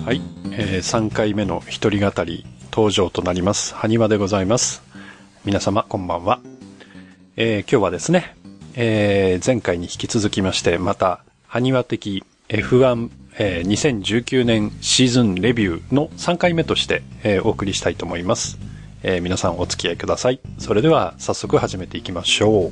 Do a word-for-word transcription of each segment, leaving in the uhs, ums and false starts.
はい、えー、さんかいめの一人語り登場となります埴輪でございます。皆様こんばんは。えー、今日はですね、えー、前回に引き続きましてまた埴輪的 エフワン、えー、にせんじゅうきゅうねんシーズンレビューのさんかいめとして、えー、お送りしたいと思います。えー、皆さんお付き合いください。それでは早速始めていきましょう。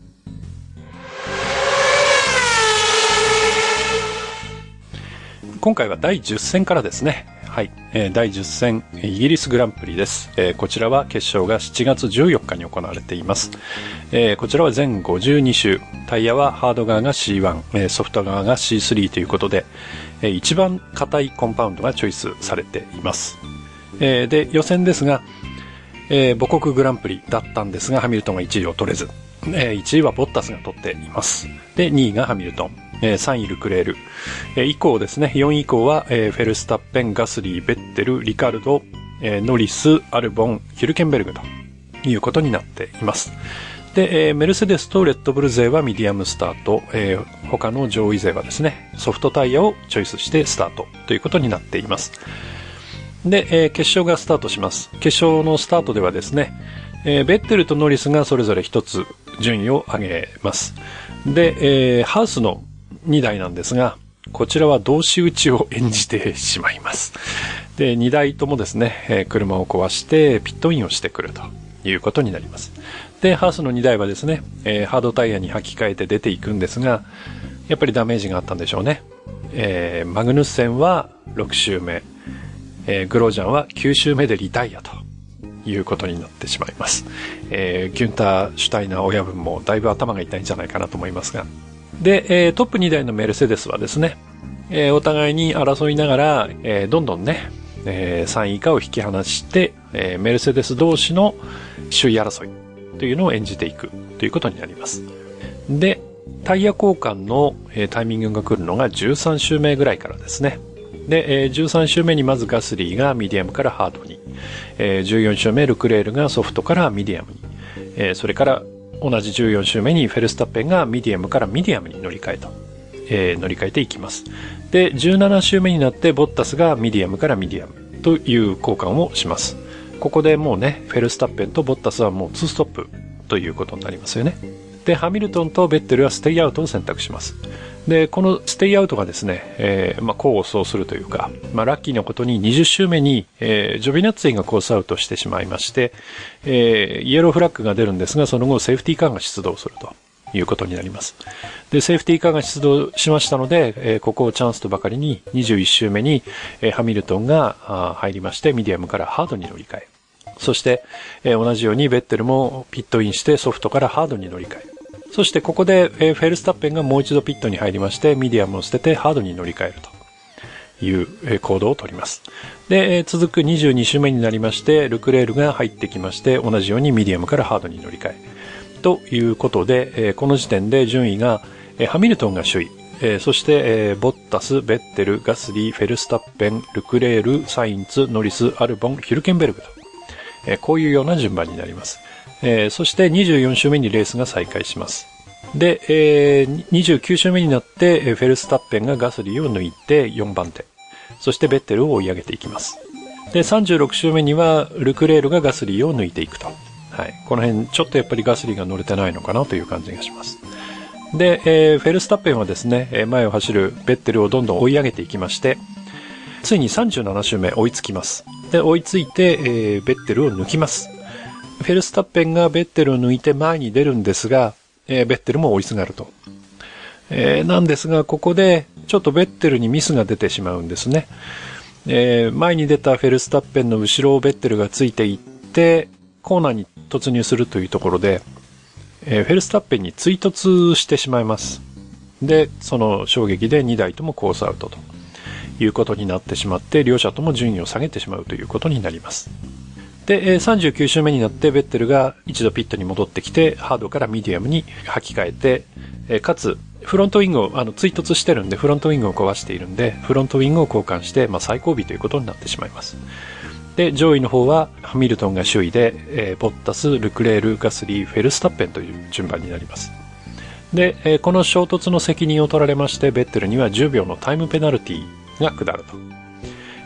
今回はだいじゅっ戦からですね。はい、えー、だいじゅっ戦イギリスグランプリです。えー、こちらは決勝がしちがつじゅうよっかに行われています。えー、こちらは全ごじゅうに周、タイヤはハード側が シーワン、えー、ソフト側が シースリー ということで、えー、一番硬いコンパウンドがチョイスされています。えー、で予選ですが、えー、母国グランプリだったんですがハミルトンがいちいを取れず、えー、いちいはボッタスが取っています。でにいがハミルトン、えー、さんいルクレール、えー、以降ですね、よんい以降は、えー、フェルスタッペン、ガスリー、ベッテル、リカルド、えー、ノリス、アルボン、ヒルケンベルグということになっています。で、えー、メルセデスとレッドブル勢はミディアムスタート、えー、他の上位勢はですねソフトタイヤをチョイスしてスタートということになっています。で、えー、決勝がスタートします。決勝のスタートではですね、えー、ベッテルとノリスがそれぞれ一つ順位を上げます。で、えー、ハウスのにだいなんですが、こちらは同士打ちを演じてしまいます。で、にだいともですね、えー、車を壊してピットインをしてくるということになります。で、ハウスのにだいはですね、えー、ハードタイヤに履き替えて出ていくんですが、やっぱりダメージがあったんでしょうね。えー、マグヌッセンはろく周目、えー、グロージャンはきゅう周目でリタイアということになってしまいます。えー、ギュンター・シュタイナー親分もだいぶ頭が痛いんじゃないかなと思いますが。で、えー、トップにだいのメルセデスはですね、えー、お互いに争いながら、えー、どんどんね、えー、さんい以下を引き離して、えー、メルセデス同士の首位争いというのを演じていくということになります。で、タイヤ交換の、えー、タイミングが来るのがじゅうさん周目ぐらいからですね。で、えー、じゅうさん周目にまずガスリーがミディアムからハードに、えー、じゅうよん周目ルクレールがソフトからミディアムに、えー、それから同じじゅうよん周目にフェルスタッペンがミディアムからミディアムに乗り換えと、えー、乗り換えていきます。で、じゅうなな周目になってボッタスがミディアムからミディアムという交換をします。ここでもうね、フェルスタッペンとボッタスはもうにストップということになりますよね。で、ハミルトンとベッテルはステイアウトを選択します。で、このステイアウトがですね、えー、まあ、功を奏するというか、まあ、ラッキーなことににじゅう周目に、えー、ジョビナッツィがコースアウトしてしまいまして、えー、イエローフラッグが出るんですが、その後セーフティーカーが出動するということになります。で、セーフティーカーが出動しましたので、えー、ここをチャンスとばかりににじゅういち周目に、えー、ハミルトンが入りまして、ミディアムからハードに乗り換え。そして、えー、同じようにベッテルもピットインしてソフトからハードに乗り換え。そしてここで、えー、フェルスタッペンがもう一度ピットに入りまして、ミディアムを捨ててハードに乗り換えるという、えー、行動を取ります。で、えー、続くにじゅうに周目になりまして、ルクレールが入ってきまして、同じようにミディアムからハードに乗り換え。ということで、えー、この時点で順位が、えー、ハミルトンが首位、えー、そして、えー、ボッタス、ベッテル、ガスリー、フェルスタッペン、ルクレール、サインツ、ノリス、アルボン、ヒルケンベルグと、えー、こういうような順番になります。えー、そしてにじゅうよん周目にレースが再開します。で、えー、にじゅうきゅう周目になって、フェルスタッペンがガスリーを抜いてよんばん手。そしてベッテルを追い上げていきます。で、さんじゅうろく周目にはルクレールがガスリーを抜いていくと。はい。この辺、ちょっとやっぱりガスリーが乗れてないのかなという感じがします。で、えー、フェルスタッペンはですね、前を走るベッテルをどんどん追い上げていきまして、ついにさんじゅうなな周目追いつきます。で、追いついて、えー、ベッテルを抜きます。フェルスタッペンがベッテルを抜いて前に出るんですが、えー、ベッテルも追いすがると。えー、なんですが、ここで、ちょっとベッテルにミスが出てしまうんですね。えー、前に出たフェルスタッペンの後ろをベッテルがついていって、コーナーに突入するというところで、えー、フェルスタッペンに追突してしまいます。で、その衝撃でにだいともコースアウトということになってしまって、両者とも順位を下げてしまうということになります。で、さんじゅうきゅう周目になってベッテルが一度ピットに戻ってきて、ハードからミディアムに履き替えて、かつ、フロントウィングを、あの、追突してるんで、フロントウィングを壊しているんで、フロントウィングを交換して、まあ、最後尾ということになってしまいます。で、上位の方は、ハミルトンが首位で、えー、ボッタス、ルクレール、ガスリー、フェルスタッペンという順番になります。で、えー、この衝突の責任を取られまして、ベッテルにはじゅうびょうのタイムペナルティが下ると。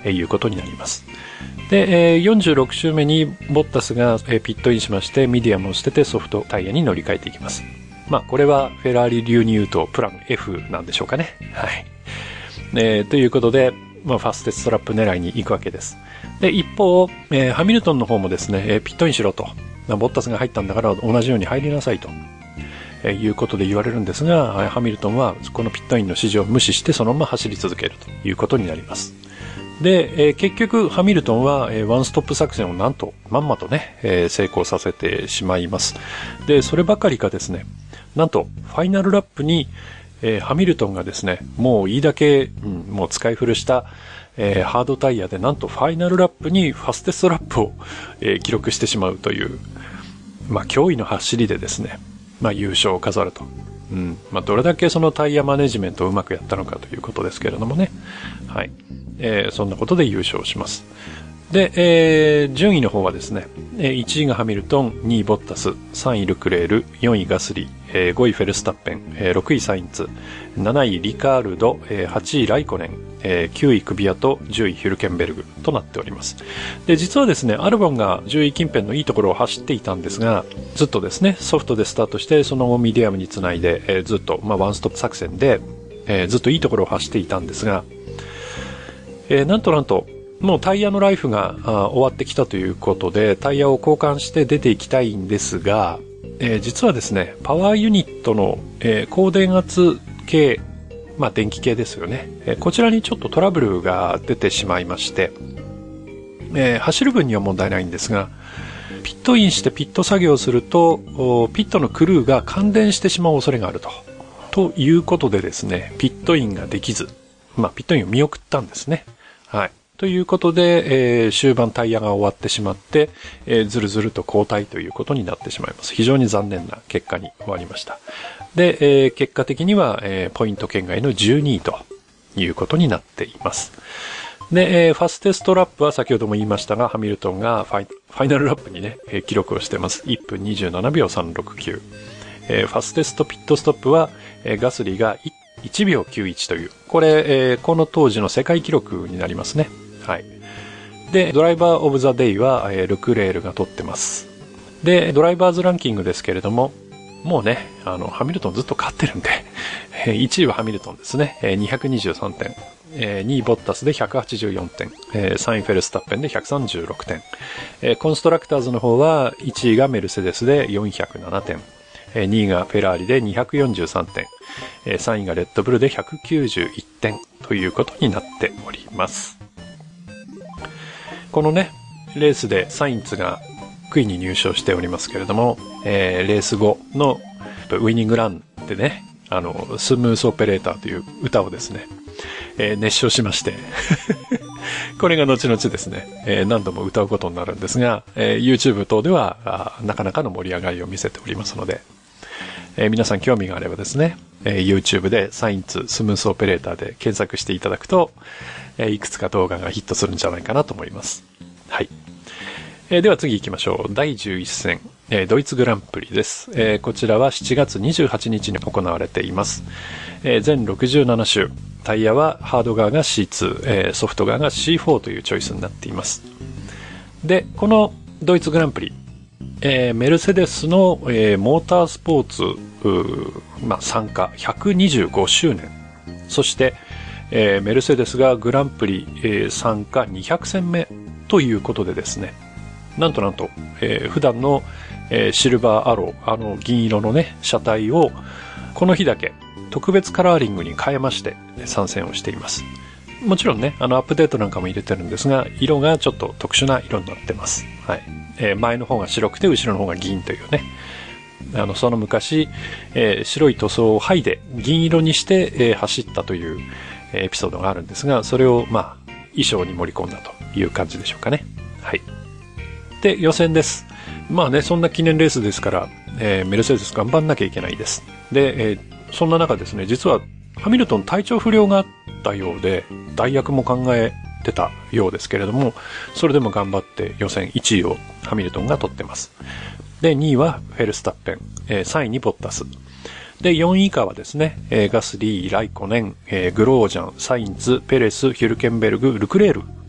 えー、いうことになります。で、えー、よんじゅうろく周目にボッタスが、えー、ピットインしまして、ミディアムを捨ててソフトタイヤに乗り換えていきます。まあ、これはフェラーリ流に言うとプラン F なんでしょうかね。はい。えー、ということで、まあ、ファステストラップ狙いに行くわけです。で、一方、えー、ハミルトンの方もですね、えー、ピットインしろと。ボッタスが入ったんだから同じように入りなさいと。えー、いうことで言われるんですが、ハミルトンはこのピットインの指示を無視してそのまま走り続けるということになります。で、えー、結局ハミルトンは、えー、ワンストップ作戦をなんとまんまとね、えー、成功させてしまいます。で、そればかりかですね、なんとファイナルラップに、えー、ハミルトンがですね、もういいだけ、うん、もう使い古した、えー、ハードタイヤでなんとファイナルラップにファステストラップを、えー、記録してしまうという、まあ驚異の走りでですね、まあ優勝を飾ると。うん。まあどれだけそのタイヤマネジメントをうまくやったのかということですけれどもね。はい。えー、そんなことで優勝します。で、えー、順位の方はですね、いちいがハミルトン、にいボッタス、さんいルクレール、よんいガスリー、えー、ごいフェルスタッペン、ろくいサインツ、なないリカールド、はちいライコネン、えー、きゅういクビアとじゅういヒュルケンベルグとなっております。で、実はですね、アルボンがじゅうい近辺のいいところを走っていたんですが、ずっとですね、ソフトでスタートして、その後ミディアムにつないで、えー、ずっと、まあ、ワンストップ作戦で、えー、ずっといいところを走っていたんですが、えー、なんとなんと、もうタイヤのライフが終わってきたということで、タイヤを交換して出ていきたいんですが、えー、実はですね、パワーユニットの、えー、高電圧系、まあ電気系ですよね、えー。こちらにちょっとトラブルが出てしまいまして、えー、走る分には問題ないんですが、ピットインしてピット作業をすると、ピットのクルーが感電してしまう恐れがあると。ということでですね、ピットインができず、まあピットインを見送ったんですね。はい。ということで、えー、終盤タイヤが終わってしまって、えー、ずるずると交代ということになってしまいます。非常に残念な結果に終わりました。で、えー、結果的には、えー、ポイント圏外のじゅうにいということになっています。で、えー、ファステストラップは先ほども言いましたが、ハミルトンがファイ、ファイナルラップにね、えー、記録をしています。いっぷんにじゅうななびょうさんろくきゅう。えー、ファステストピットストップは、えー、ガスリーがいちびょうきゅういちという、これ、えー、この当時の世界記録になりますね。はい。で、ドライバーオブザデイは、えー、ルクレールが取ってます。で、ドライバーズランキングですけれども、もうね、あの、ハミルトンずっと勝ってるんで、えー、いちいはハミルトンですね。えー、にひゃくにじゅうさんてん。えー、にいボッタスでひゃくはちじゅうよんてん。えー、さんいフェルスタッペンでひゃくさんじゅうろくてん。えー、コンストラクターズの方は、いちいがメルセデスでよんひゃくななてん。えー、にいがフェラーリでにひゃくよんじゅうさんてん。えー、さんいがレッドブルでひゃくきゅうじゅういってんということになっております。このね、レースでサインツがクイーンに入賞しておりますけれども、えー、レース後のウイニングランでね、あの、スムースオペレーターという歌をですね、えー、熱唱しまして、これが後々ですね、えー、何度も歌うことになるんですが、えー、YouTube 等ではなかなかの盛り上がりを見せておりますので、えー、皆さん興味があればですね、えー、YouTube でサインツスムースオペレーターで検索していただくと、えー、いくつか動画がヒットするんじゃないかなと思います。はい。えー、では次行きましょう。だいじゅういっせん、えー、ドイツグランプリです。えー、こちらはしちがつにじゅうはちにちに行われています。えー、全ろくじゅうななしゅ、タイヤはハード側が シーツー、えー、ソフト側が シーフォー というチョイスになっています。で、このドイツグランプリ、えー、メルセデスの、えー、モータースポーツ、まあ、参加ひゃくにじゅうごしゅうねん、そして、えー、メルセデスがグランプリ、えー、参加にひゃくせんめということでですね、なんとなんと、えー、普段の、えー、シルバーアロー、あの銀色のね車体をこの日だけ特別カラーリングに変えまして参戦をしています。もちろんね、あのアップデートなんかも入れてるんですが、色がちょっと特殊な色になってます。はい。えー、前の方が白くて後ろの方が銀というね、あのその昔、えー、白い塗装を剥いで銀色にして、えー、走ったというエピソードがあるんですが、それをまあ衣装に盛り込んだという感じでしょうかね。はい。で、予選です。まあね、そんな記念レースですから、えー、メルセデス頑張んなきゃいけないです。で、えー、そんな中ですね、実はハミルトン体調不良があったようで、代役も考えてたようですけれども、それでも頑張って予選いちいをハミルトンが取ってます。で、にいはフェルスタッペン、えー、さんいにボッタス。で、よんい以下はですね、えー、ガスリー、ライコネン、えー、グロージャン、サインツ、ペレス、ヒュルケンベルグ、ルクレール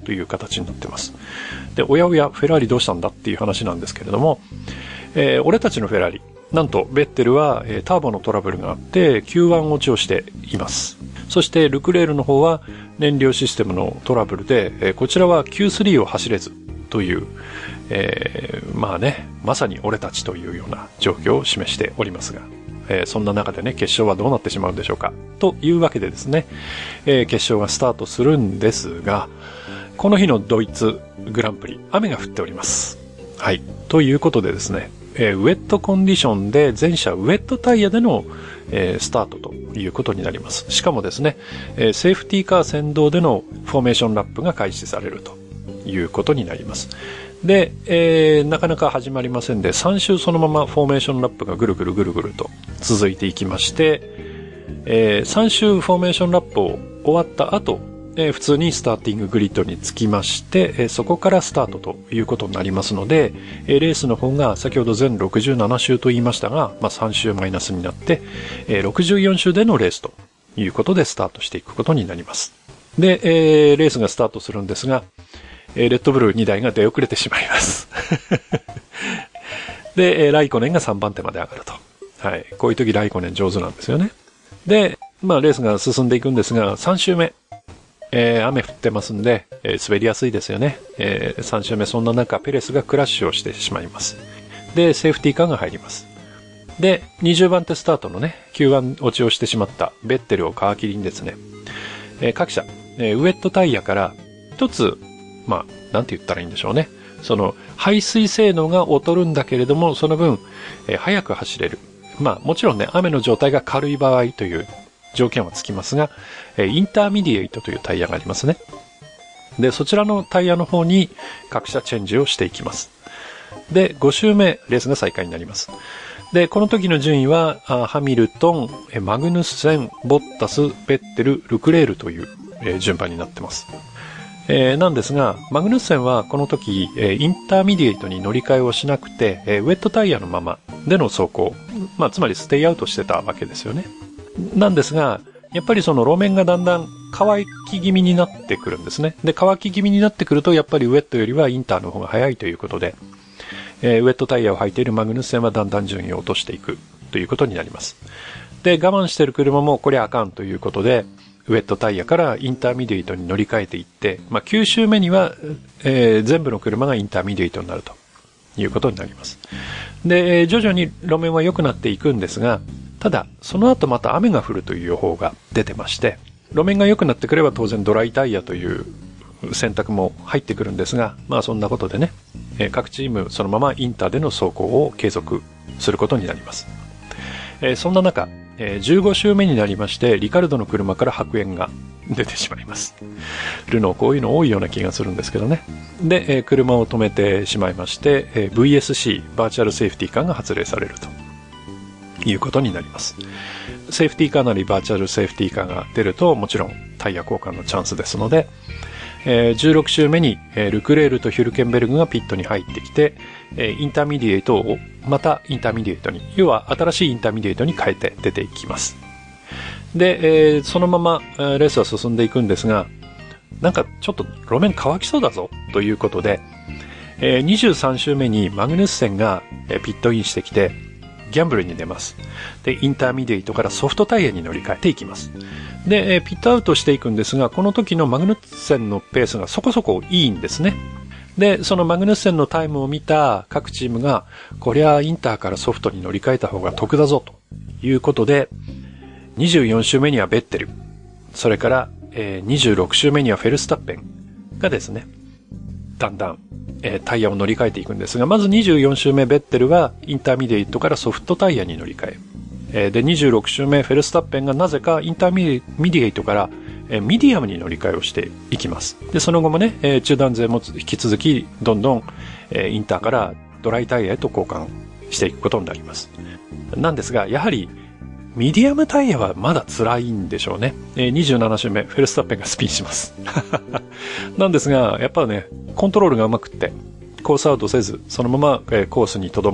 という形になってます。で、おやおや、フェラーリどうしたんだっていう話なんですけれども、えー、俺たちのフェラーリ、なんと、ベッテルは、えー、ターボのトラブルがあって、キューワン 落ちをしています。そして、ルクレールの方は、燃料システムのトラブルで、えー、こちらは キュースリー を走れず、という、えー、まあね、まさに俺たちというような状況を示しておりますが、えー、そんな中でね、決勝はどうなってしまうんでしょうか。というわけでですね、えー、決勝がスタートするんですが、この日のドイツグランプリ、雨が降っております。はい。ということでですね、えー、ウェットコンディションで全車ウェットタイヤでの、えー、スタートということになります。しかもですね、えー、セーフティーカー先導でのフォーメーションラップが開始されるということになります。で、えー、なかなか始まりませんで、さん周そのままフォーメーションラップがぐるぐるぐるぐると続いていきまして、えー、さん周フォーメーションラップを終わった後、えー、普通にスターティンググリッドにつきまして、えー、そこからスタートということになりますので、えー、レースの方が先ほど全ろくじゅうなな周と言いましたが、まあ、さん周マイナスになって、えー、ろくじゅうよん周でのレースということでスタートしていくことになります。で、えー、レースがスタートするんですが、レッドブルにだいが出遅れてしまいます。で、ライコネンがさんばん手まで上がると。はい。こういう時ライコネン上手なんですよね。で、まあレースが進んでいくんですが、さん周目。えー、雨降ってますんで、えー、滑りやすいですよね。えー、さん周目そんな中、ペレスがクラッシュをしてしまいます。で、セーフティーカーが入ります。で、にじゅうばん手スタートのね、キューワン 落ちをしてしまったベッテルを皮切りにですね、えー、各社、えー、ウェットタイヤから一つ、まあ、なんて言ったらいいんでしょうね。その、排水性能が劣るんだけれども、その分、えー、速く走れる。まあ、もちろんね、雨の状態が軽い場合という条件はつきますが、えー、インターミディエイトというタイヤがありますね。で、そちらのタイヤの方に各社チェンジをしていきます。で、ご周目、レースが再開になります。で、この時の順位は、ハミルトン、マグヌッセン、ボッタス、ベッテル、ルクレールという、えー、順番になってます。えー、なんですが、マグヌッセンはこの時、えー、インターミディエイトに乗り換えをしなくて、えー、ウェットタイヤのままでの走行。まあ、つまりステイアウトしてたわけですよね。なんですが、やっぱりその路面がだんだん乾き気味になってくるんですね。で、乾き気味になってくると、やっぱりウェットよりはインターの方が早いということで、えー、ウェットタイヤを履いているマグヌッセンはだんだん順位を落としていくということになります。で、我慢している車もこれあかんということで、ウェットタイヤからインターミディエイトに乗り換えていって、まあ、きゅう周目には、えー、全部の車がインターミディエイトになるということになります。で、徐々に路面は良くなっていくんですが、ただ、その後また雨が降るという予報が出てまして、路面が良くなってくれば当然ドライタイヤという選択も入ってくるんですが、まあそんなことでね、えー、各チームそのままインターでの走行を継続することになります。えー、そんな中、えー、じゅうご周目になりまして、リカルドの車から白煙が出てしまいます。ルノーこういうの多いような気がするんですけどね。で、えー、車を止めてしまいまして、えー、ブイエスシー、バーチャルセーフティーカーが発令されるということになります。セーフティーカーなりバーチャルセーフティーカーが出ると、もちろんタイヤ交換のチャンスですので、えー、じゅうろく周目に、えー、ルクレールとヒュルケンベルグがピットに入ってきて、えー、インターミディエイトをまたインターミディエイトに、要は新しいインターミディエイトに変えて出ていきます。で、えー、そのまま、えー、レースは進んでいくんですが、なんかちょっと路面乾きそうだぞということで、えー、にじゅうさん周目にマグヌッセンが、えー、ピットインしてきて、ギャンブルに出ます。で、インターミディエイトからソフトタイヤに乗り換えていきます。で、ピットアウトしていくんですが、この時のマグヌッセンのペースがそこそこいいんですね。で、そのマグヌッセンのタイムを見た各チームが、こりゃインターからソフトに乗り換えた方が得だぞということで、にじゅうよん周目にはベッテル、それから、えー、にじゅうろく周目にはフェルスタッペンがですね、だんだん、えー、タイヤを乗り換えていくんですが、まずにじゅうよん周目ベッテルはインターミディエイトからソフトタイヤに乗り換え、えー、でにじゅうろく周目フェルスタッペンがなぜかインターミディエイトから、えー、ミディアムに乗り換えをしていきます。で、その後もね、えー、中断勢も引き続きどんどん、えー、インターからドライタイヤへと交換していくことになります。なんですが、やはりミディアムタイヤはまだ辛いんでしょうね。えー、にじゅうなな周目、フェルスタッペンがスピンします。なんですが、やっぱね、コントロールがうまくって、コースアウトせず、そのまま、えー、コースに留まり、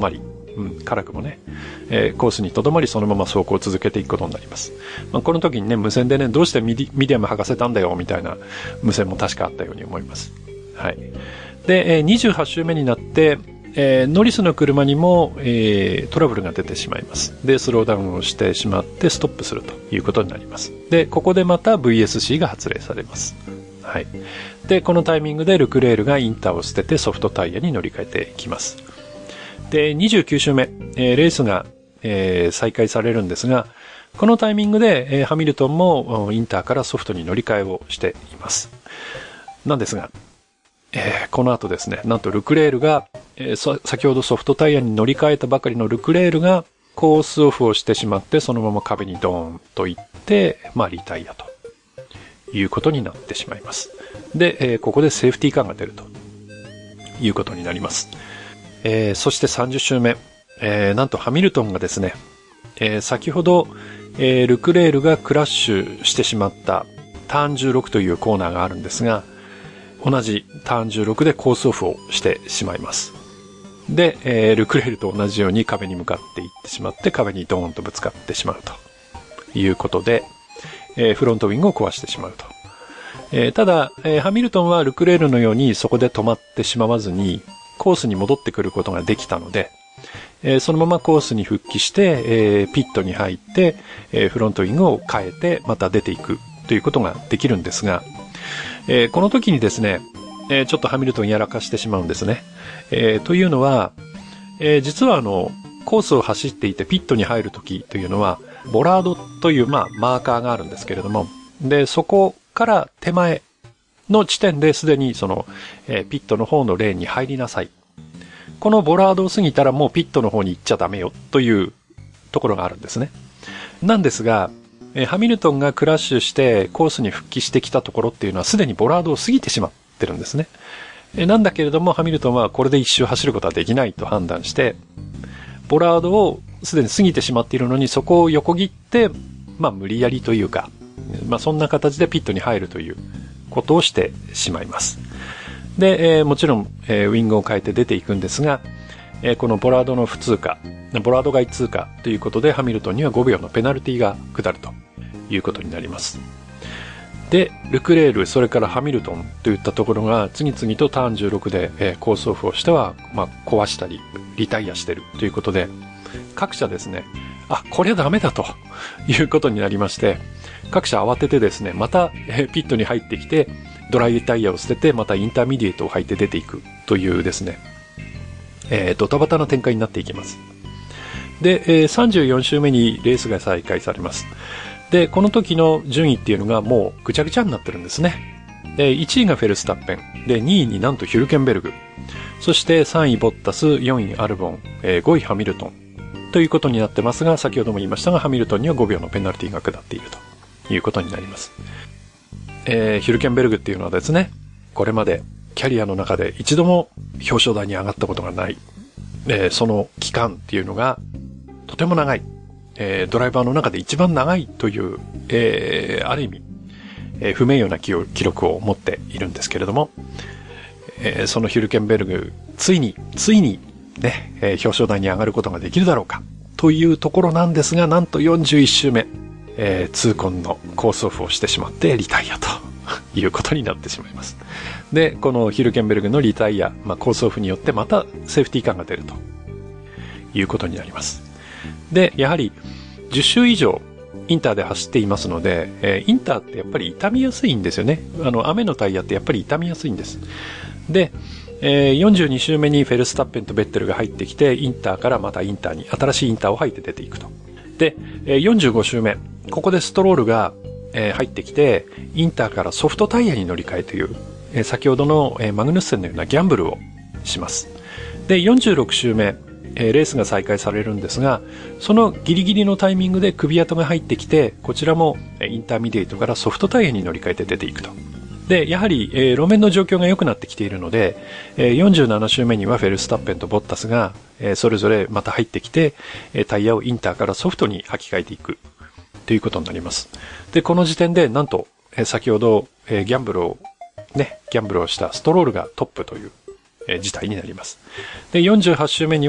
うん、辛くもね、えー、コースにとどまりそのまま走行を続けていくことになります。まあ、この時にね、無線でね、どうしてミディ、ミディアム剥がせたんだよ、みたいな無線も確かあったように思います。はい。で、えー、にじゅうはち周目になって、えー、ノリスの車にも、えー、トラブルが出てしまいます。で、スローダウンをしてしまってストップするということになります。で、ここでまた ブイエスシー が発令されます。はい。で、このタイミングでルクレールがインターを捨ててソフトタイヤに乗り換えていきます。で、にじゅうきゅう周目、えー、レースが、えー、再開されるんですが、このタイミングで、えー、ハミルトンもインターからソフトに乗り換えをしています。なんですが、えー、この後ですね、なんとルクレールが、えー、先ほどソフトタイヤに乗り換えたばかりのルクレールがコースオフをしてしまって、そのまま壁にドーンといって、まあリタイアということになってしまいます。で、えー、ここでセーフティーカーが出るということになります。えー、そしてさんじゅう周目、えー、なんとハミルトンがですね、えー、先ほど、えー、ルクレールがクラッシュしてしまったターンじゅうろくというコーナーがあるんですが、同じターンじゅうろくでコースオフをしてしまいます。で、えー、ルクレールと同じように壁に向かっていってしまって壁にドーンとぶつかってしまうということで、えー、フロントウィングを壊してしまうと。えー、ただ、えー、ハミルトンはルクレールのようにそこで止まってしまわずにコースに戻ってくることができたので、えー、そのままコースに復帰して、えー、ピットに入って、えー、フロントウィングを変えてまた出ていくということができるんですが、えー、この時にですね、えー、ちょっとハミルトンやらかしてしまうんですね。えー、というのは、えー、実はあの、コースを走っていてピットに入る時というのは、ボラードという、まあ、マーカーがあるんですけれども、で、そこから手前の地点ですでにその、えー、ピットの方のレーンに入りなさい。このボラードを過ぎたらもうピットの方に行っちゃダメよというところがあるんですね。なんですが、えー、ハミルトンがクラッシュしてコースに復帰してきたところっていうのはすでにボラードを過ぎてしまってるんですね。えー、なんだけれどもハミルトンはこれで一周走ることはできないと判断して、ボラードをすでに過ぎてしまっているのにそこを横切って、まあ無理やりというか、まあそんな形でピットに入るということをしてしまいます。で、えー、もちろん、えー、ウィングを変えて出ていくんですが、えー、このボラードの不通過、ボラード外通過ということでハミルトンにはごびょうのペナルティが下るということになります。で、ルクレール、それからハミルトンといったところが次々とターンじゅうろくで、えー、コースオフをしては、まあ、壊したりリタイアしてるということで、各社ですね、あ、これはダメだということになりまして、各社慌ててですね、また、えー、ピットに入ってきてドライタイヤを捨ててまたインターミディエイトを履いて出ていくというですね、えー、ドタバタな展開になっていきます。で、えー、さんじゅうよん周目にレースが再開されます。で、この時の順位っていうのがもうぐちゃぐちゃになってるんですね。で、いちいがフェルスタッペン。で、にいになんとヒュルケンベルグ。そしてさんいボッタス、よんいアルボン、えー、ごいハミルトン。ということになってますが、先ほども言いましたが、ハミルトンにはごびょうのペナルティが下っているということになります。えー、ヒュルケンベルグっていうのはですね、これまでキャリアの中で一度も表彰台に上がったことがない。えー、その期間っていうのがとても長い。えー、ドライバーの中で一番長いという、えー、ある意味、えー、不名誉な記録を持っているんですけれども、えー、そのヒュルケンベルグ、ついに、ついにね、えー、表彰台に上がることができるだろうかというところなんですが、なんとよんじゅういち周目、えー、痛恨のコースオフをしてしまってリタイアということになってしまいます。で、このヒルケンベルグのリタイア、まあ、コースオフによってまたセーフティーカーが出るということになります。で、やはりじゅっ周以上インターで走っていますので、えー、インターってやっぱり傷みやすいんですよね。あの、雨のタイヤってやっぱり傷みやすいんです。で、えー、よんじゅうに周目にフェルスタッペンとベッテルが入ってきて、インターからまたインターに、新しいインターを入って出ていくと。で、えー、よんじゅうご周目、ここでストロールが、えー、入ってきて、インターからソフトタイヤに乗り換えという、えー、先ほどの、えー、マグヌッセンのようなギャンブルをします。で、よんじゅうろく周目、えー、レースが再開されるんですが、そのギリギリのタイミングで首跡が入ってきて、こちらもインターミディエイトからソフトタイヤに乗り換えて出ていくと。で、やはり、えー、路面の状況が良くなってきているので、えー、よんじゅうなな周目にはフェルスタッペンとボッタスが、えー、それぞれまた入ってきて、えー、タイヤをインターからソフトに履き替えていくということになります。で、この時点でなんと、えー、先ほど、えー、ギャンブルをね、ギャンブルをしたストロールがトップという、えー、事態になります。で、よんじゅうはち周目には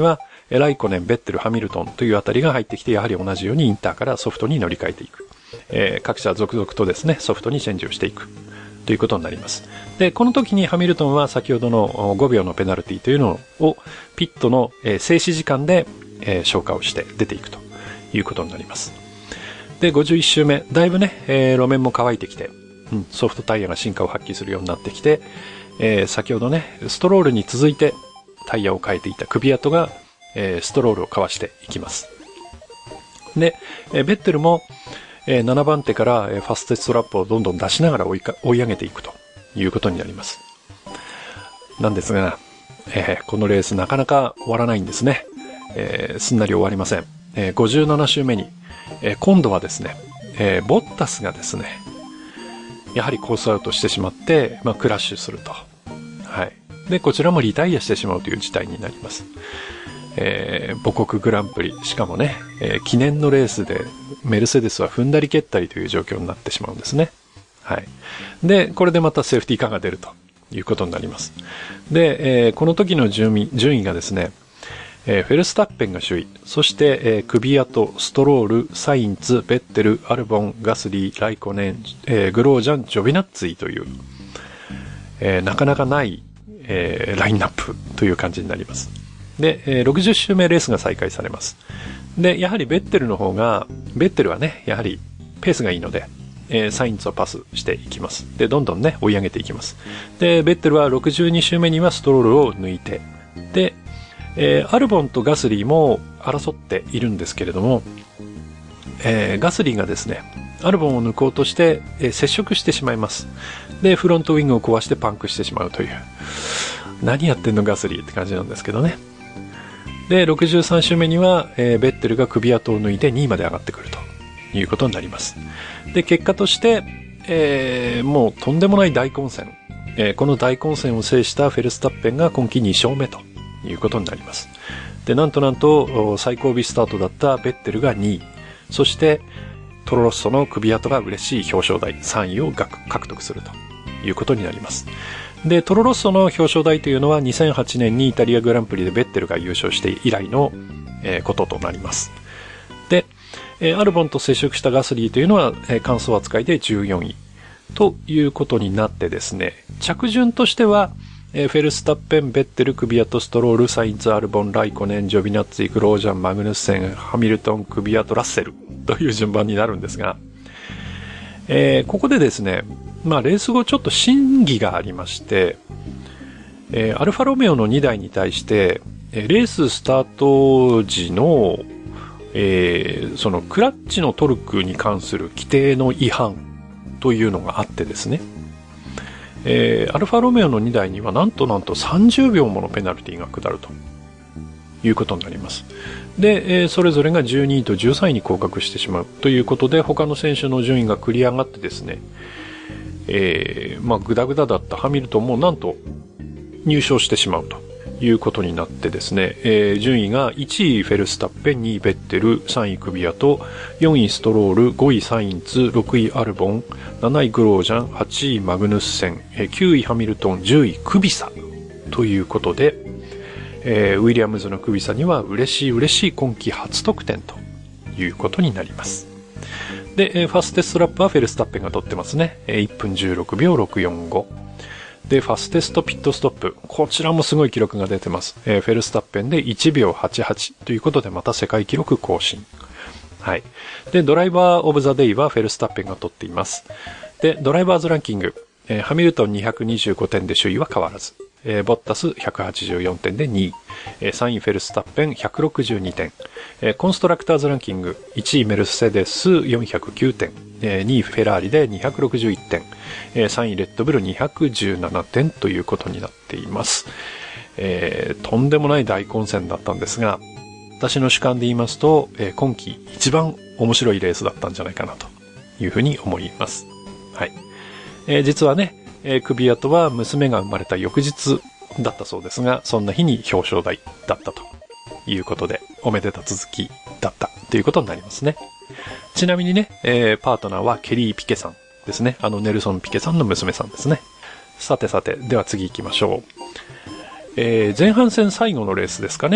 ライコネン、ベッテル、ハミルトンというあたりが入ってきて、やはり同じようにインターからソフトに乗り換えていく。えー、各社続々とですね、ソフトにチェンジをしていくということになります。で、この時にハミルトンは先ほどのごびょうのペナルティというのをピットの、えー、静止時間で、えー、消化をして出ていくということになります。で、ごじゅういち周目、だいぶね、えー、路面も乾いてきて、うん、ソフトタイヤが進化を発揮するようになってきて、えー、先ほどね、ストロールに続いてタイヤを変えていたクビアトが、えー、ストロールをかわしていきます。で、えー、ベッテルも、えー、ななばん手から、えー、ファステストラップをどんどん出しながら追いか追い上げていくということになります。なんですが、えー、このレースなかなか終わらないんですね。えー、すんなり終わりません。えー、ごじゅうなな周目に、えー、今度はですね、えー、ボッタスがですね、やはりコースアウトしてしまって、まあ、クラッシュすると。はい。で、こちらもリタイアしてしまうという事態になります。えー、母国グランプリ、しかもね、えー、記念のレースでメルセデスは踏んだり蹴ったりという状況になってしまうんですね。はい。で、これでまたセーフティーカーが出るということになります。で、えー、この時の順位、順位がですね、えー、フェルスタッペンが首位、そして、えー、クビアト、ストロール、サインツ、ベッテル、アルボン、ガスリー、ライコネン、えー、グロージャン、ジョビナッツィという、えー、なかなかない、えー、ラインナップという感じになります。で、えー、ろくじゅう周目レースが再開されます。で、やはりベッテルの方が、ベッテルはね、やはりペースがいいので、えー、サインツをパスしていきます。で、どんどんね、追い上げていきます。で、ベッテルはろくじゅうに周目にはストロールを抜いて、で、えー、アルボンとガスリーも争っているんですけれども、えー、ガスリーがですね、アルボンを抜こうとして、えー、接触してしまいます。で、フロントウィングを壊してパンクしてしまうという。何やってんのガスリーって感じなんですけどね。で、ろくじゅうさん周目には、えー、ベッテルが首跡を抜いてにいまで上がってくるということになります。で、結果として、えー、もうとんでもない大混戦。えー、この大混戦を制したフェルスタッペンが今季に勝目ということになります。で、なんとなんと最後尾スタートだったベッテルがにい、そしてトロロッソの首跡が嬉しい表彰台さんいを獲得するということになります。で、トロロッソの表彰台というのはにせんはちねんにイタリアグランプリでベッテルが優勝して以来の、えー、こととなります。で、えー、アルボンと接触したガスリーというのは、えー、完走扱いでじゅうよんいということになってですね、着順としては、えー、フェルスタッペン、ベッテル、クビアト、ストロール、サインツ、アルボン、ライコネン、ジョビナッツィ、グロージャン、マグヌッセン、ハミルトン、クビアト、ラッセルという順番になるんですが、えー、ここでですね、まあレース後ちょっと審議がありまして、えー、アルファロメオのにだいに対して、レーススタート時の、えー、そのクラッチのトルクに関する規定の違反というのがあってですね、えー、アルファロメオのにだいにはなんとなんとさんじゅうびょうものペナルティが下るということになります。で、えー、それぞれがじゅうにいとじゅうさんいに降格してしまうということで、他の選手の順位が繰り上がってですね、えー、まあグダグダだったハミルトンもなんと入賞してしまうということになってですね、えー、順位がいちいフェルスタッペン、にいベッテル、さんいクビアト、よんいストロール、ごいサインツ、ろくいアルボン、なないグロージャン、はちいマグヌッセン、きゅういハミルトン、じゅういクビサということで、えー、ウィリアムズのクビサには嬉しい嬉しい今季初得点ということになります。で、ファステストラップはフェルスタッペンが取ってますね。いっぷんじゅうろくびょうろくよんご。で、ファステストピットストップ。こちらもすごい記録が出てます。えー、フェルスタッペンでいちびょうはちはちということでまた世界記録更新。はい。で、ドライバーオブザデイはフェルスタッペンが取っています。で、ドライバーズランキング。えー、ハミルトンにひゃくにじゅうごてんで首位は変わらず。えー、ボッタスひゃくはちじゅうよんてんでにい。えー、さんいフェルスタッペンひゃくろくじゅうにてん。えー、コンストラクターズランキング。いちいメルセデスよんひゃくきゅうてん。えー、にいフェラーリでにひゃくろくじゅういってん。えー、さんいレッドブルにひゃくじゅうななてんということになっています。えー、とんでもない大混戦だったんですが、私の主観で言いますと、えー、今季一番面白いレースだったんじゃないかなというふうに思います。はい。えー、実はね、えー、クビアトは娘が生まれた翌日だったそうですが、そんな日に表彰台だったということで、おめでた続きだったということになりますね。ちなみにね、えー、パートナーはケリー・ピケさんですね。あのネルソン・ピケさんの娘さんですね。さてさて、では次行きましょう。えー、前半戦最後のレースですかね。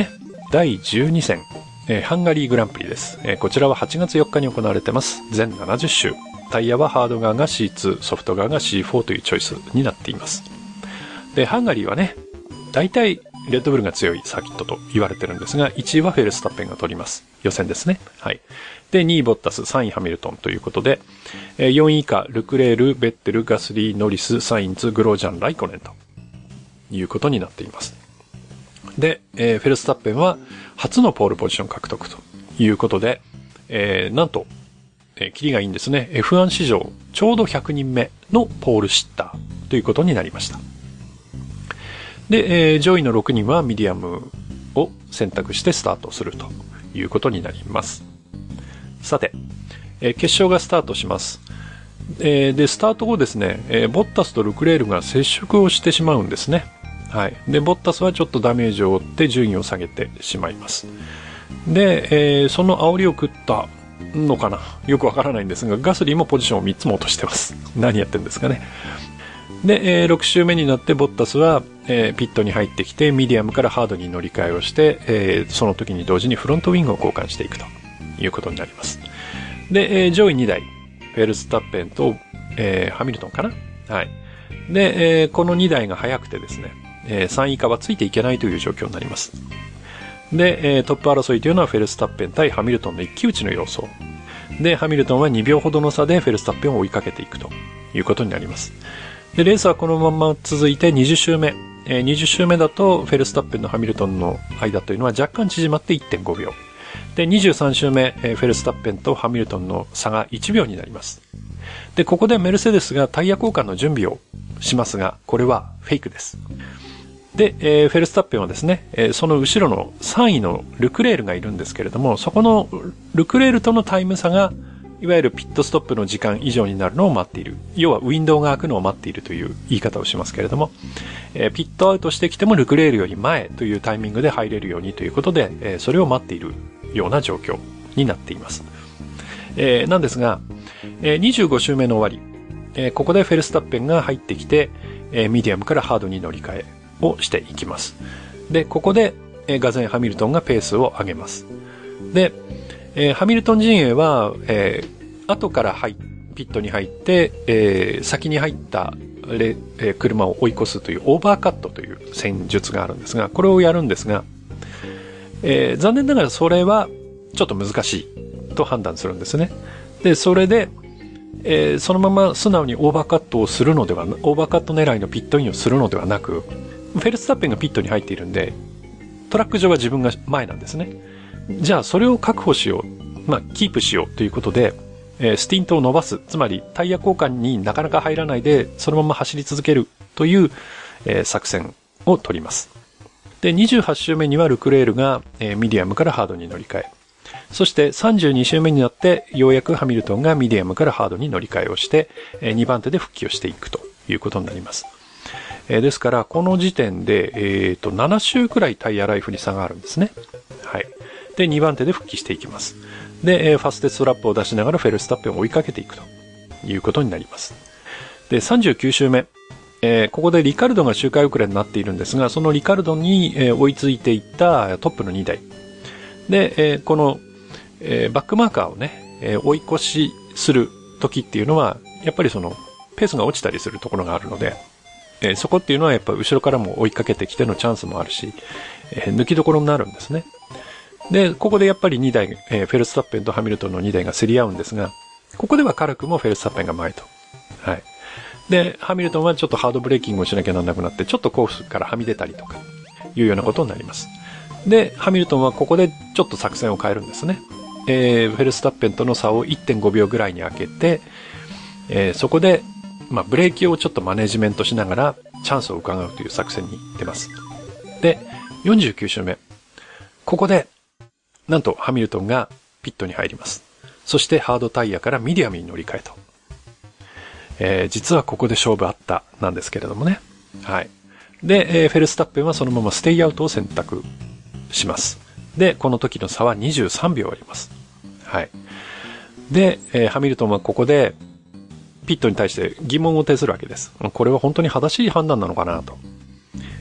だいじゅうに戦、えー、ハンガリーグランプリです、えー。こちらははちがつよっかに行われてます。全ななじゅっ周。タイヤはハード側が シーツー、ソフト側が シーフォー というチョイスになっています。で、ハンガリーはね、大体レッドブルが強いサーキットと言われてるんですが、いちいはフェルスタッペンが取ります。予選ですね。はい。で、にいボッタス、さんいハミルトンということで、よんい以下、ルクレール、ベッテル、ガスリー、ノリス、サインツ、グロージャン、ライコネンということになっています。で、えー、フェルスタッペンは初のポールポジション獲得ということで、えー、なんと、えー、キリがいいんですね。エフワン 史上ちょうどひゃくにんめのポールシッターということになりました。で、えー、上位のろくにんはミディアムを選択してスタートするということになります。さて、えー、決勝がスタートします。えー、で、スタート後ですね、えー、ボッタスとルクレールが接触をしてしまうんですね。はい。で、ボッタスはちょっとダメージを負って順位を下げてしまいます。で、えー、その煽りを食ったのかなよくわからないんですが、ガスリーもポジションをみっつも落としてます。何やってんですかね。で、えー、ろく周目になってボッタスは、えー、ピットに入ってきてミディアムからハードに乗り換えをして、えー、その時に同時にフロントウィングを交換していくということになります。で、えー、上位にだい、フェルスタッペンと、えー、ハミルトンかな。はい。で、えー、このにだいが速くてですね、えー、さんい以下はついていけないという状況になります。で、えー、トップ争いというのはフェルスタッペン対ハミルトンの一騎打ちの様相。で、ハミルトンはにびょうほどの差でフェルスタッペンを追いかけていくということになります。で、レースはこのまま続いてにじゅっ周目。えー、にじゅっ周目だとフェルスタッペンのハミルトンの間というのは若干縮まって いってんごびょう。で、にじゅうさん周目、えー、フェルスタッペンとハミルトンの差がいちびょうになります。で、ここでメルセデスがタイヤ交換の準備をしますが、これはフェイクです。で、えー、フェルスタッペンはですね、えー、その後ろのさんいのルクレールがいるんですけれども、そこのルクレールとのタイム差がいわゆるピットストップの時間以上になるのを待っている。要はウィンドウが開くのを待っているという言い方をしますけれども、えー、ピットアウトしてきてもルクレールより前というタイミングで入れるようにということで、えー、それを待っているような状況になっています。えー、なんですが、えー、にじゅうご周目の終わり、えー、ここでフェルスタッペンが入ってきて、えー、ミディアムからハードに乗り換えをしていきます。で、ここで、えー、がぜんハミルトンがペースを上げます。で、えー、ハミルトン陣営は、えー、後から入ピットに入って、えー、先に入ったレ、えー、車を追い越すというオーバーカットという戦術があるんですが、これをやるんですが、えー、残念ながらそれはちょっと難しいと判断するんですね。で、それで、えー、そのまま素直にオーバーカットをするのでは、オーバーカット狙いのピットインをするのではなく、フェルスタッペンがピットに入っているんで、トラック上は自分が前なんですね。じゃあそれを確保しよう、まあキープしようということで、えー、スティントを伸ばす、つまりタイヤ交換になかなか入らないでそのまま走り続けるという、えー、作戦を取ります。で、にじゅうはち周目にはルクレールが、えー、ミディアムからハードに乗り換え、そしてさんじゅうに周目になってようやくハミルトンがミディアムからハードに乗り換えをして、えー、にばん手で復帰をしていくということになります。えー、ですからこの時点で、えー、となな周くらいタイヤライフに差があるんですね。はい。で、にばん手で復帰していきます。で、えー、ファステストラップを出しながらフェルスタッペンを追いかけていくということになります。で、さんじゅうきゅう周目、えー、ここでリカルドが周回遅れになっているんですが、そのリカルドに、えー、追いついていったトップのにだいで、えー、この、えー、バックマーカーをね、えー、追い越しする時っていうのはやっぱりそのペースが落ちたりするところがあるので、えー、そこっていうのはやっぱ後ろからも追いかけてきてのチャンスもあるし、えー、抜きどころになるんですね。で、ここでやっぱりにだい、えー、フェルスタッペンとハミルトンのにだいが競り合うんですが、ここでは軽くもフェルスタッペンが前と。はい。で、ハミルトンはちょっとハードブレーキングをしなきゃなんなくなって、ちょっとコースからはみ出たりとか、いうようなことになります。で、ハミルトンはここでちょっと作戦を変えるんですね。えー、フェルスタッペンとの差を いってんごびょうぐらいに開けて、えー、そこで、まあ、ブレーキをちょっとマネジメントしながら、チャンスを伺うという作戦に出ます。で、よんじゅうきゅう周目。ここで、なんとハミルトンがピットに入ります。そしてハードタイヤからミディアムに乗り換えと。えー、実はここで勝負あったなんですけれどもね。はい。で、えー、フェルスタッペンはそのままステイアウトを選択します。で、この時の差はにじゅうさんびょうあります。はい。で、えー、ハミルトンはここでピットに対して疑問を呈するわけです。これは本当に正しい判断なのかなと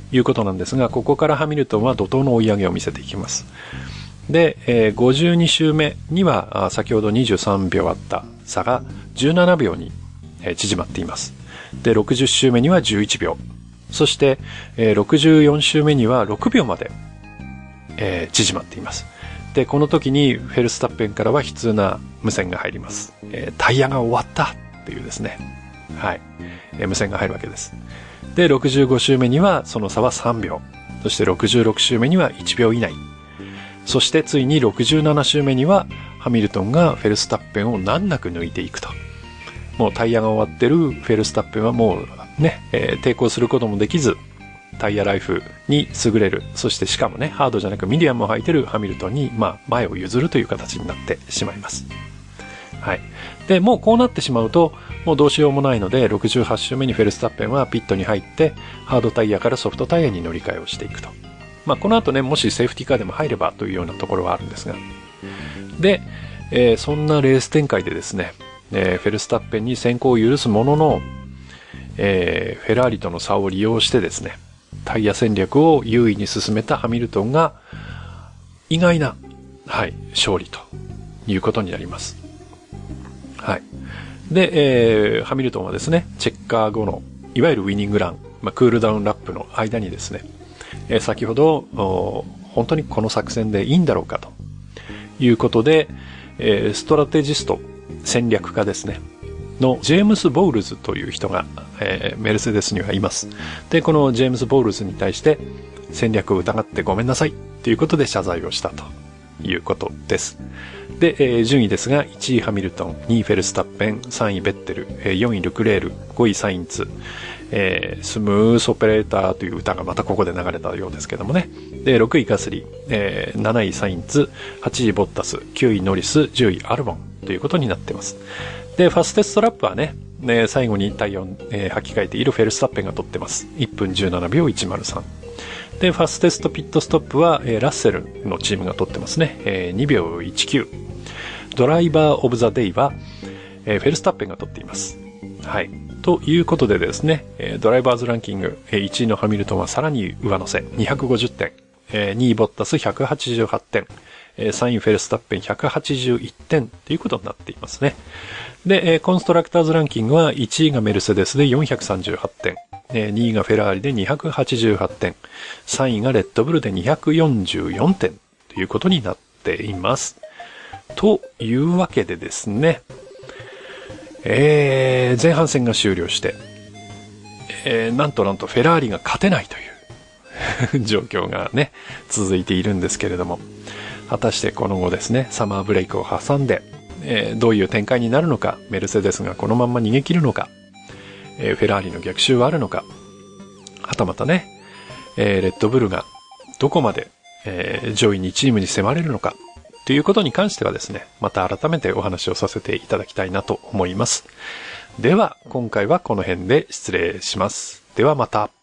いうことなんですが、ここからハミルトンは怒涛の追い上げを見せていきます。で、えー、ごじゅうに周目には先ほどにじゅうさんびょうあった差がじゅうななびょうに縮まっています。で、ろくじゅう周目にはじゅういちびょう、そして、えー、ろくじゅうよん周目にはろくびょうまで、えー、縮まっています。で、この時にフェルスタッペンからは悲痛な無線が入ります。えー、タイヤが終わったっていうですね、はい、えー、無線が入るわけです。で、ろくじゅうご周目にはその差はさんびょう、そしてろくじゅうろく周目にはいちびょう以内、そしてついにろくじゅうなな周目にはハミルトンがフェルスタッペンを難なく抜いていくと。もうタイヤが終わってるフェルスタッペンはもうね、えー、抵抗することもできず、タイヤライフに優れる、そしてしかもね、ハードじゃなくミディアムを履いてるハミルトンに、まあ、前を譲るという形になってしまいます。はい。で、もうこうなってしまうと、もうどうしようもないので、ろくじゅうはち周目にフェルスタッペンはピットに入って、ハードタイヤからソフトタイヤに乗り換えをしていくと。まあ、この後ね、もしセーフティーカーでも入ればというようなところはあるんですが。で、えー、そんなレース展開でですね、えー、フェルスタッペンに先行を許すものの、えー、フェラーリとの差を利用してですね、タイヤ戦略を優位に進めたハミルトンが、意外な、はい、勝利ということになります。はい。で、えー、ハミルトンはですね、チェッカー後の、いわゆるウィニングラン、まあ、クールダウンラップの間にですね、えー、先ほど、本当にこの作戦でいいんだろうかということで、えー、ストラテジスト、戦略家ですね、のジェームス・ボウルズという人が、えー、メルセデスにはいます。で、このジェームス・ボウルズに対して戦略を疑ってごめんなさいということで謝罪をしたということです。で、えー、順位ですが、いちいハミルトン、にいフェルスタッペン、さんいベッテル、えー、よんいルクレール、ごいサインツ、えー、スムースオペレーターという歌がまたここで流れたようですけどもね。で、ろくいガスリー、えー、なないサインツ、はちいボッタス、きゅういノリス、じゅういアルボンということになっています。で、ファステストラップはね、ね最後にタイヤを、えー、履き替えているフェルスタッペンが取ってます。いっぷんじゅうななびょういちまるさん。で、ファステストピットストップは、えー、ラッセルのチームが取ってますね。えー、にびょういちきゅう。ドライバーオブザデイは、えー、フェルスタッペンが取っています。はい。ということでですね、えー、ドライバーズランキング、えー、いちいのハミルトンはさらに上乗せ、にひゃくごじゅってん。えー、にいボッタスひゃくはちじゅうはちてん。えー、さんいフェルスタッペンひゃくはちじゅういってんということになっていますね。で、えー、コンストラクターズランキングはいちいがメルセデスでよんひゃくさんじゅうはちてん、えー、にいがフェラーリでにひゃくはちじゅうはちてん、さんいがレッドブルでにひゃくよんじゅうよんてんということになっています。というわけでですね、えー、前半戦が終了して、えー、なんとなんとフェラーリが勝てないという状況がね、続いているんですけれども、果たしてこの後ですね、サマーブレイクを挟んで、えー、どういう展開になるのか、メルセデスがこのまんま逃げ切るのか、えー、フェラーリの逆襲はあるのか、はたまたね、えー、レッドブルがどこまで、えー、上位にチームに迫れるのか、ということに関してはですね、また改めてお話をさせていただきたいなと思います。では、今回はこの辺で失礼します。ではまた。